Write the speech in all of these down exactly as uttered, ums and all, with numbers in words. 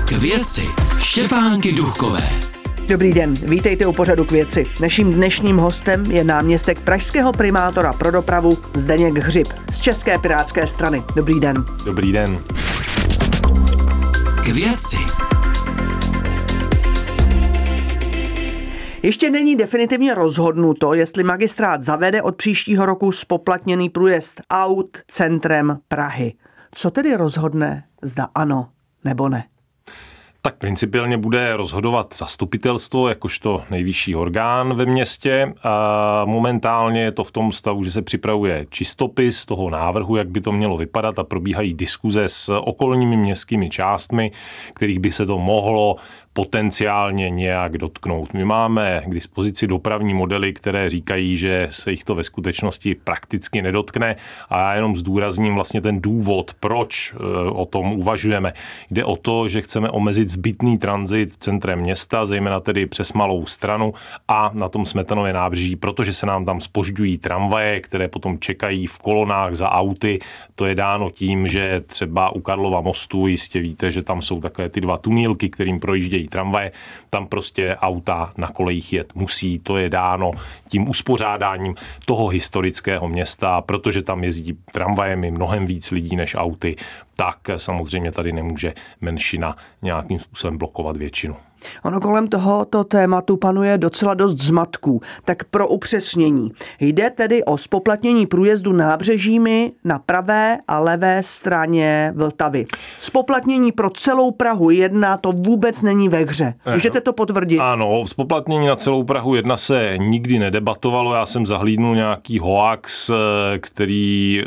K věci Štěpánky Duchkové. Dobrý den, vítejte u pořadu K věci. Naším dnešním hostem je náměstek pražského primátora pro dopravu Zdeněk Hřib z České pirátské strany. Dobrý den. Dobrý den. K věci. Ještě není definitivně rozhodnuto, jestli magistrát zavede od příštího roku zpoplatněný průjezd aut centrem Prahy. Co tedy rozhodne, zda ano nebo ne? Tak principiálně bude rozhodovat zastupitelstvo jakožto nejvyšší orgán ve městě. A momentálně je to v tom stavu, že se připravuje čistopis toho návrhu, jak by to mělo vypadat, a probíhají diskuze s okolními městskými částmi, kterých by se to mohlo potenciálně nějak dotknout. My máme k dispozici dopravní modely, které říkají, že se jich to ve skutečnosti prakticky nedotkne, a já jenom zdůrazním vlastně ten důvod, proč o tom uvažujeme. Jde o to, že chceme omezit zbytný tranzit centrem města, zejména tedy přes Malou Stranu a na tom Smetanově nábřeží, protože se nám tam zpožďují tramvaje, které potom čekají v kolonách za auty. To je dáno tím, že třeba u Karlova mostu, jistě víte, že tam jsou takové ty dva tunílky, kterým projíždějí tramvaje, tam prostě auta na kolejích jet musí, to je dáno tím uspořádáním toho historického města, protože tam jezdí tramvajemi mnohem víc lidí než auty, tak samozřejmě tady nemůže menšina nějakým způsobem blokovat většinu. Ono kolem tohoto tématu panuje docela dost zmatků. Tak pro upřesnění. Jde tedy o zpoplatnění průjezdu nábřežími na pravé a levé straně Vltavy. Zpoplatnění pro celou Prahu jedna to vůbec není ve hře. Můžete to potvrdit? Ano, zpoplatnění na celou Prahu jedna se nikdy nedebatovalo. Já jsem zahlídnul nějaký hoax, který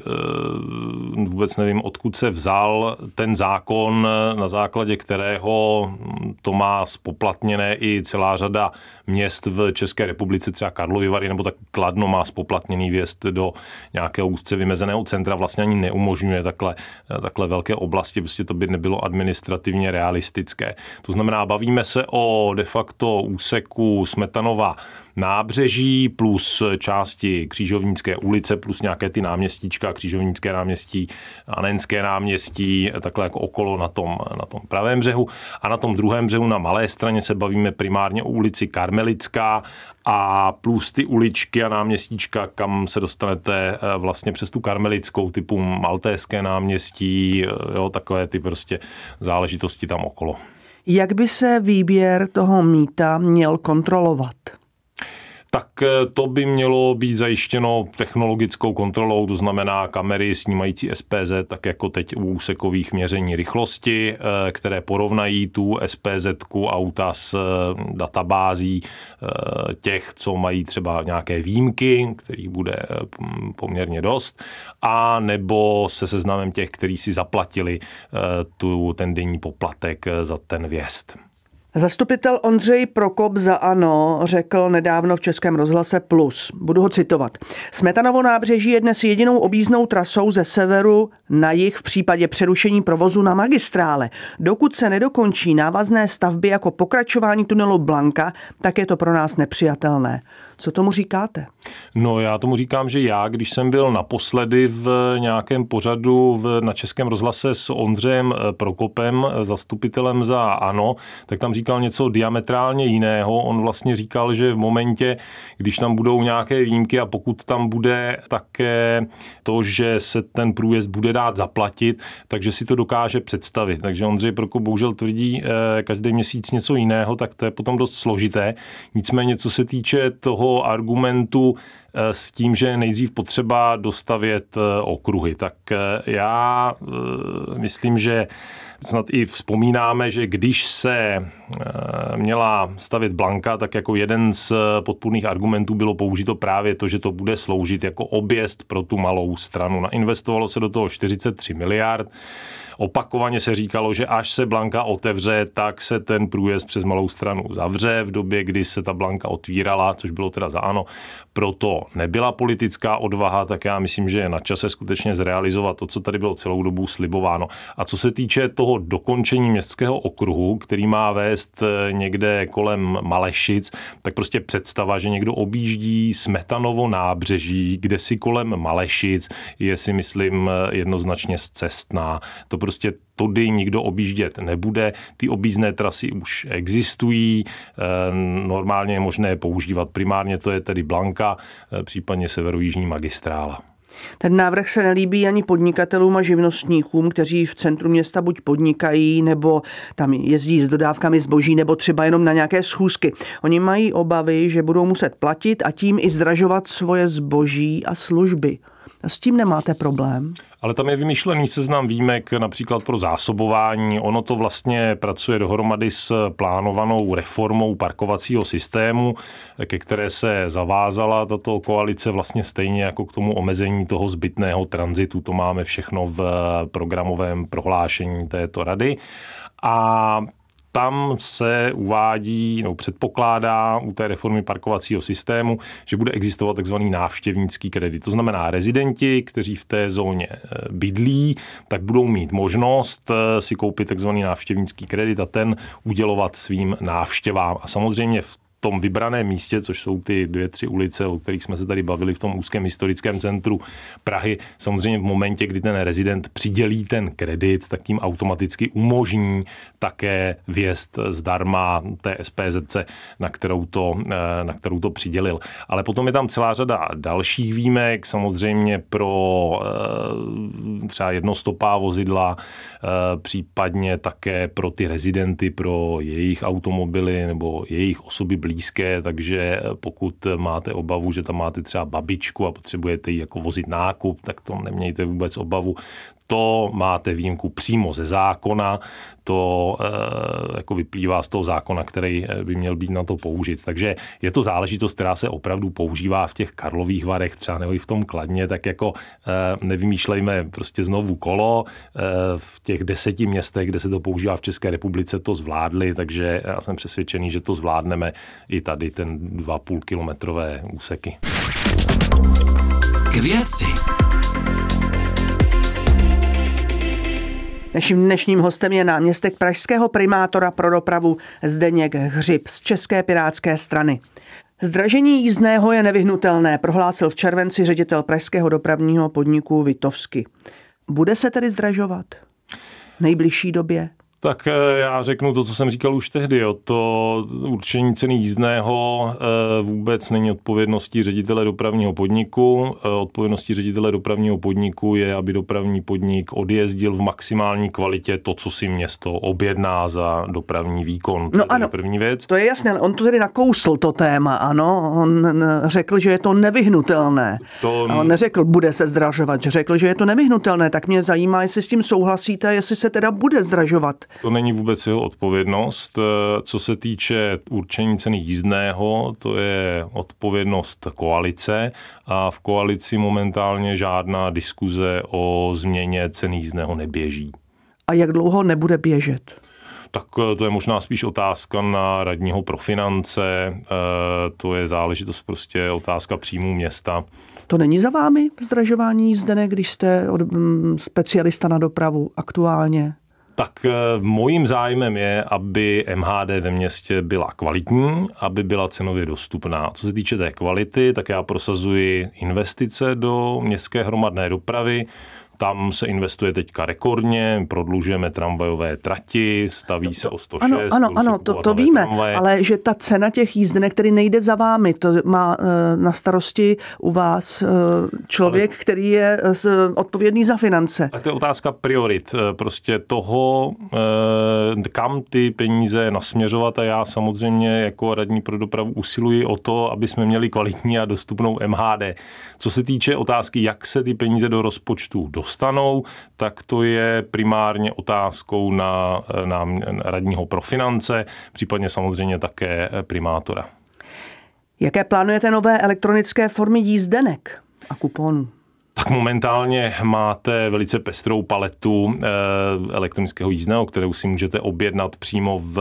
vůbec nevím, odkud se vzal ten zákon, na základě kterého to má spoplatněné i celá řada měst v České republice, třeba Karlovy Vary nebo tak Kladno má spoplatněný vjezd do nějakého úzce vymezeného centra, vlastně ani neumožňuje takhle, takhle velké oblasti, prostě to by nebylo administrativně realistické. To znamená, bavíme se o de facto úseku Smetanova nábřeží plus části Křižovnické ulice plus nějaké ty náměstíčka, Křižovnické náměstí, Anenské náměstí, takhle jako okolo na tom, na tom pravém břehu, a na tom druhém břehu na Malé Straně se bavíme primárně o ulici Karmelická a plus ty uličky a náměstíčka, kam se dostanete vlastně přes tu Karmelickou, typu Maltéské náměstí, jo, takové ty prostě záležitosti tam okolo. Jak by se výběr toho mýta měl kontrolovat? Tak to by mělo být zajištěno technologickou kontrolou, to znamená kamery snímající S P Z, tak jako teď u úsekových měření rychlosti, které porovnají tu S P Z-ku auta s databází těch, co mají třeba nějaké výjimky, kterých bude poměrně dost, a nebo se seznamem těch, kteří si zaplatili tu, ten denní poplatek za ten vjezd. Zastupitel Ondřej Prokop za ANO řekl nedávno v Českém rozhlase Plus. Budu ho citovat. Smetanovo nábřeží je dnes jedinou objízdnou trasou ze severu na jih v případě přerušení provozu na magistrále. Dokud se nedokončí návazné stavby jako pokračování tunelu Blanka, tak je to pro nás nepřijatelné. Co tomu říkáte? No, já tomu říkám, že já, když jsem byl naposledy v nějakém pořadu v, na Českém rozhlase s Ondřejem Prokopem, zastupitelem za ANO, tak tam říkal něco diametrálně jiného. On vlastně říkal, že v momentě, když tam budou nějaké výjimky a pokud tam bude také to, že se ten průjezd bude dát zaplatit, takže si to dokáže představit. Takže Ondřej Prokop bohužel tvrdí eh, každý měsíc něco jiného, tak to je potom dost složité. Nicméně, co se týče toho argumentu s tím, že nejdřív potřeba dostavět okruhy. Tak já myslím, že snad i vzpomínáme, že když se měla stavět Blanka, tak jako jeden z podpůrných argumentů bylo použito právě to, že to bude sloužit jako objezd pro tu Malou Stranu. Nainvestovalo se do toho čtyřicet tři miliard. Opakovaně se říkalo, že až se Blanka otevře, tak se ten průjezd přes Malou Stranu zavře. V době, kdy se ta Blanka otvírala, což bylo teda za ANO, proto nebyla politická odvaha, tak já myslím, že je na čase skutečně zrealizovat to, co tady bylo celou dobu slibováno. A co se týče toho dokončení městského okruhu, který má vést někde kolem Malešic, tak prostě představa, že někdo objíždí Smetanovo nábřeží, kde si kolem Malešic, je si myslím jednoznačně zcestná. To prostě tudy nikdo objíždět nebude. Ty objízdné trasy už existují, normálně je možné je používat. Primárně to je tedy Blanka, případně severojižní magistrála. Ten návrh se nelíbí ani podnikatelům a živnostníkům, kteří v centru města buď podnikají, nebo tam jezdí s dodávkami zboží, nebo třeba jenom na nějaké schůzky. Oni mají obavy, že budou muset platit a tím i zdražovat svoje zboží a služby. S tím nemáte problém? Ale tam je vymyšlený seznam výjimek například pro zásobování. Ono to vlastně pracuje dohromady s plánovanou reformou parkovacího systému, ke které se zavázala tato koalice vlastně stejně jako k tomu omezení toho zbytného tranzitu. To máme všechno v programovém prohlášení této rady. A tam se uvádí, no, předpokládá u té reformy parkovacího systému, že bude existovat takzvaný návštěvnický kredit. To znamená, rezidenti, kteří v té zóně bydlí, tak budou mít možnost si koupit takzvaný návštěvnický kredit a ten udělovat svým návštěvám. A samozřejmě v tom vybraném místě, což jsou ty dvě, tři ulice, o kterých jsme se tady bavili v tom úzkém historickém centru Prahy, samozřejmě v momentě, kdy ten rezident přidělí ten kredit, tak tím automaticky umožní také vjezd zdarma té es pé zet ce, na kterou to, na kterou to přidělil. Ale potom je tam celá řada dalších výjimek, samozřejmě pro třeba jednostopá vozidla, případně také pro ty rezidenty, pro jejich automobily nebo jejich osoby blízké, takže pokud máte obavu, že tam máte třeba babičku a potřebujete jí jako vozit nákup, tak to nemějte vůbec obavu. To máte výjimku přímo ze zákona, to e, jako vyplývá z toho zákona, který by měl být na to použit. Takže je to záležitost, která se opravdu používá v těch Karlových Varech, třeba nebo i v tom Kladně, tak jako e, nevymýšlejme prostě znovu kolo. E, v těch deseti městech, kde se to používá v České republice, to zvládli, takže já jsem přesvědčený, že to zvládneme i tady ten dva a půl kilometrové úseky. K věci. Naším dnešním hostem je náměstek pražského primátora pro dopravu Zdeněk Hřib z České pirátské strany. Zdražení jízdného je nevyhnutelné, prohlásil v červenci ředitel pražského dopravního podniku Vitovsky. Bude se tedy zdražovat v nejbližší době? Tak já řeknu to, co jsem říkal už tehdy. Jo. To určení ceny jízdného vůbec není odpovědností ředitele dopravního podniku. Odpovědností ředitele dopravního podniku je, aby dopravní podnik odjezdil v maximální kvalitě to, co si město objedná za dopravní výkon. To no je ano, první věc. To je jasné, ale on to tedy nakousl to téma, ano. On řekl, že je to nevyhnutelné. To... A on neřekl, bude se zdražovat, řekl, že je to nevyhnutelné. Tak mě zajímá, jestli s tím souhlasíte, jestli se teda bude zdražovat. To není vůbec jeho odpovědnost. Co se týče určení ceny jízdného, to je odpovědnost koalice a v koalici momentálně žádná diskuze o změně ceny jízdného neběží. A jak dlouho nebude běžet? Tak to je možná spíš otázka na radního pro finance, to je záležitost prostě otázka příjmů města. To není za vámi zdražování jízdenek, když jste od, m, specialista na dopravu aktuálně? Tak mojím zájmem je, aby em há dé ve městě byla kvalitní, aby byla cenově dostupná. Co se týče té kvality, tak já prosazuji investice do městské hromadné dopravy. Tam se investuje teďka rekordně, prodlužujeme tramvajové trati, staví se o sto šest. Ano, ano, ano, to, to víme, tramvaje. Ale že ta cena těch jízdenek, který nejde za vámi, to má na starosti u vás člověk, ale... který je odpovědný za finance. Tak to je otázka priorit, prostě toho, kam ty peníze nasměřovat a já samozřejmě jako radní pro dopravu usiluji o to, aby jsme měli kvalitní a dostupnou em há dé. Co se týče otázky, jak se ty peníze do rozpočtu dostanou, tak to je primárně otázkou na, na radního pro finance, případně samozřejmě také primátora. Jaké plánujete nové elektronické formy jízdenek a kuponů? Tak momentálně máte velice pestrou paletu elektronického jízdného, kterou si můžete objednat přímo v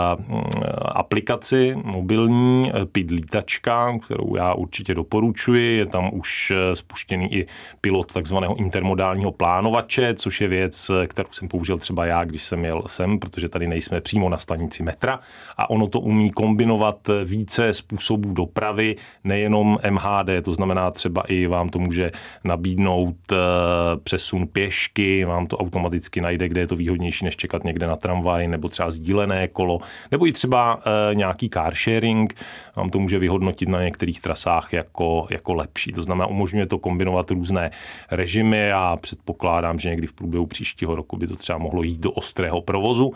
aplikaci mobilní P I D lítačka, kterou já určitě doporučuji. Je tam už spuštěný i pilot takzvaného intermodálního plánovače, což je věc, kterou jsem použil třeba já, když jsem jel sem, protože tady nejsme přímo na stanici metra a ono to umí kombinovat více způsobů dopravy, nejenom M H D, to znamená třeba i vám to může nabídnout přesun pěšky, vám to automaticky najde, kde je to výhodnější, než čekat někde na tramvaj, nebo třeba sdílené kolo, nebo i třeba nějaký car sharing, vám to může vyhodnotit na některých trasách jako, jako lepší. To znamená, umožňuje to kombinovat různé režimy a předpokládám, že někdy v průběhu příštího roku by to třeba mohlo jít do ostrého provozu.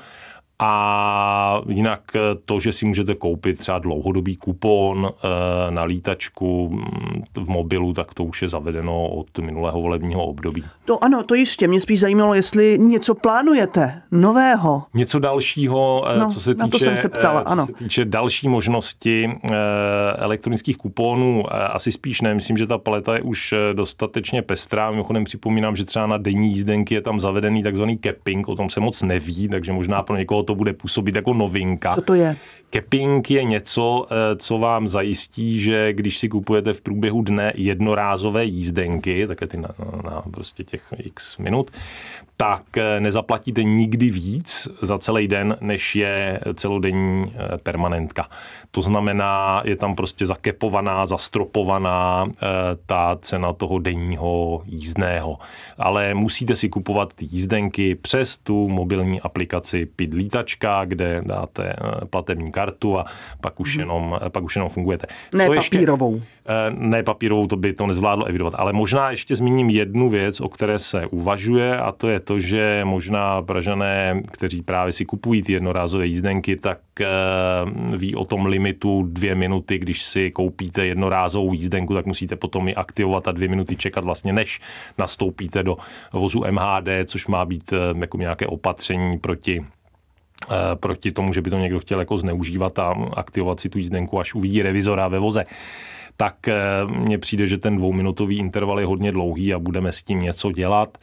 A jinak to, že si můžete koupit třeba dlouhodobý kupon na lítačku v mobilu, tak to už je zavedeno od minulého volebního období. To ano, to jistě. Mě spíš zajímalo, jestli něco plánujete nového. Něco dalšího, no, co se týče, na to jsem se ptala, co ano. se týče další možnosti elektronických kuponů, asi spíš ne. Myslím, že ta paleta je už dostatečně pestrá. Mimochodem připomínám, že třeba na denní jízdenky je tam zavedený takzvaný capping, o tom se moc neví, takže možná pro někoho to bude působit jako novinka. Co to je? Capping je něco, co vám zajistí, že když si kupujete v průběhu dne jednorázové jízdenky, také ty na, na prostě těch x minut, tak nezaplatíte nikdy víc za celý den, než je celodenní permanentka. To znamená, je tam prostě zakepovaná, zastropovaná ta cena toho denního jízdného. Ale musíte si kupovat ty jízdenky přes tu mobilní aplikaci P I D lítačka, kde dáte platební kartu a pak už jenom, pak už jenom fungujete. Ne papírovou. Ještě, ne papírovou, to by to nezvládlo evidovat. Ale možná ještě zmíním jednu věc, o které se uvažuje, a to je to, že možná Pražané, kteří právě si kupují ty jednorázové jízdenky, tak ví o tom limitu dvě minuty. Když si koupíte jednorázovou jízdenku, tak musíte potom ji aktivovat a dvě minuty čekat vlastně, než nastoupíte do vozu M H D, což má být jako nějaké opatření proti proti tomu, že by to někdo chtěl jako zneužívat a aktivovat si tu jízdenku, až uvidí revizora ve voze. Tak mně přijde, že ten dvouminutový interval je hodně dlouhý a budeme s tím něco dělat.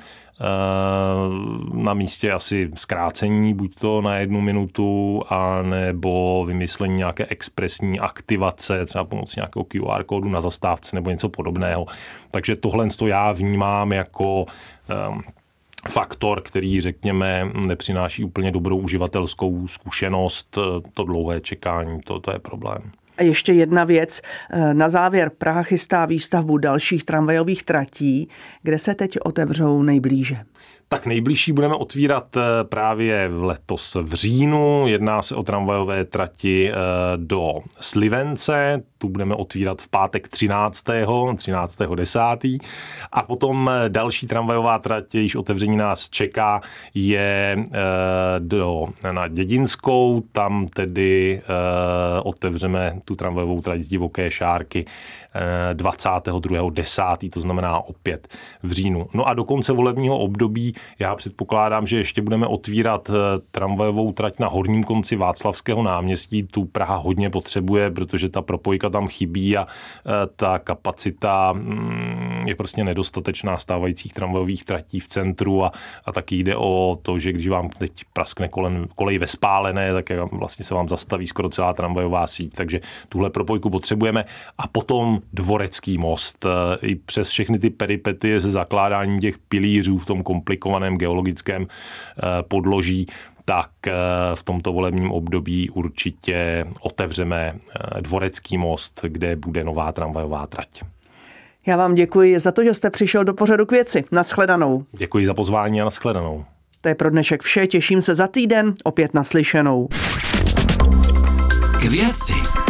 Na místě asi zkrácení, buď to na jednu minutu, anebo vymyslení nějaké expresní aktivace, třeba pomocí nějakého Q R kódu na zastávce nebo něco podobného. Takže tohle já vnímám jako faktor, který, řekněme, nepřináší úplně dobrou uživatelskou zkušenost. To dlouhé čekání, to, to je problém. A ještě jedna věc. Na závěr Praha chystá výstavbu dalších tramvajových tratí, kde se teď otevřou nejblíže. Tak nejbližší budeme otvírat právě letos v říjnu. Jedná se o tramvajové trati do Slivence. Tu budeme otvírat v pátek třináctého desátého A potom další tramvajová trať, jejíž otevření nás čeká, je do, na Dědinskou. Tam tedy otevřeme tu tramvajovou trať z Divoké Šárky dvacátého druhého desátého To znamená opět v říjnu. No a do konce volebního období já předpokládám, že ještě budeme otvírat tramvajovou trať na horním konci Václavského náměstí. Tu Praha hodně potřebuje, protože ta propojka tam chybí a ta kapacita je prostě nedostatečná stávajících tramvajových tratí v centru a, a taky jde o to, že když vám teď praskne kolen, kolej ve Spálené, tak vlastně se vám zastaví skoro celá tramvajová síť. Takže tuhle propojku potřebujeme. A potom Dvorecký most. I přes všechny ty peripetie se zakládáním těch pilířů v tom komplikovaném geologickém podloží, tak v tomto volebním období určitě otevřeme Dvorecký most, kde bude nová tramvajová trať. Já vám děkuji za to, že jste přišel do pořadu K věci. Naschledanou. Děkuji za pozvání a naschledanou. To je pro dnešek vše, těším se za týden, opět naslyšenou. K věci.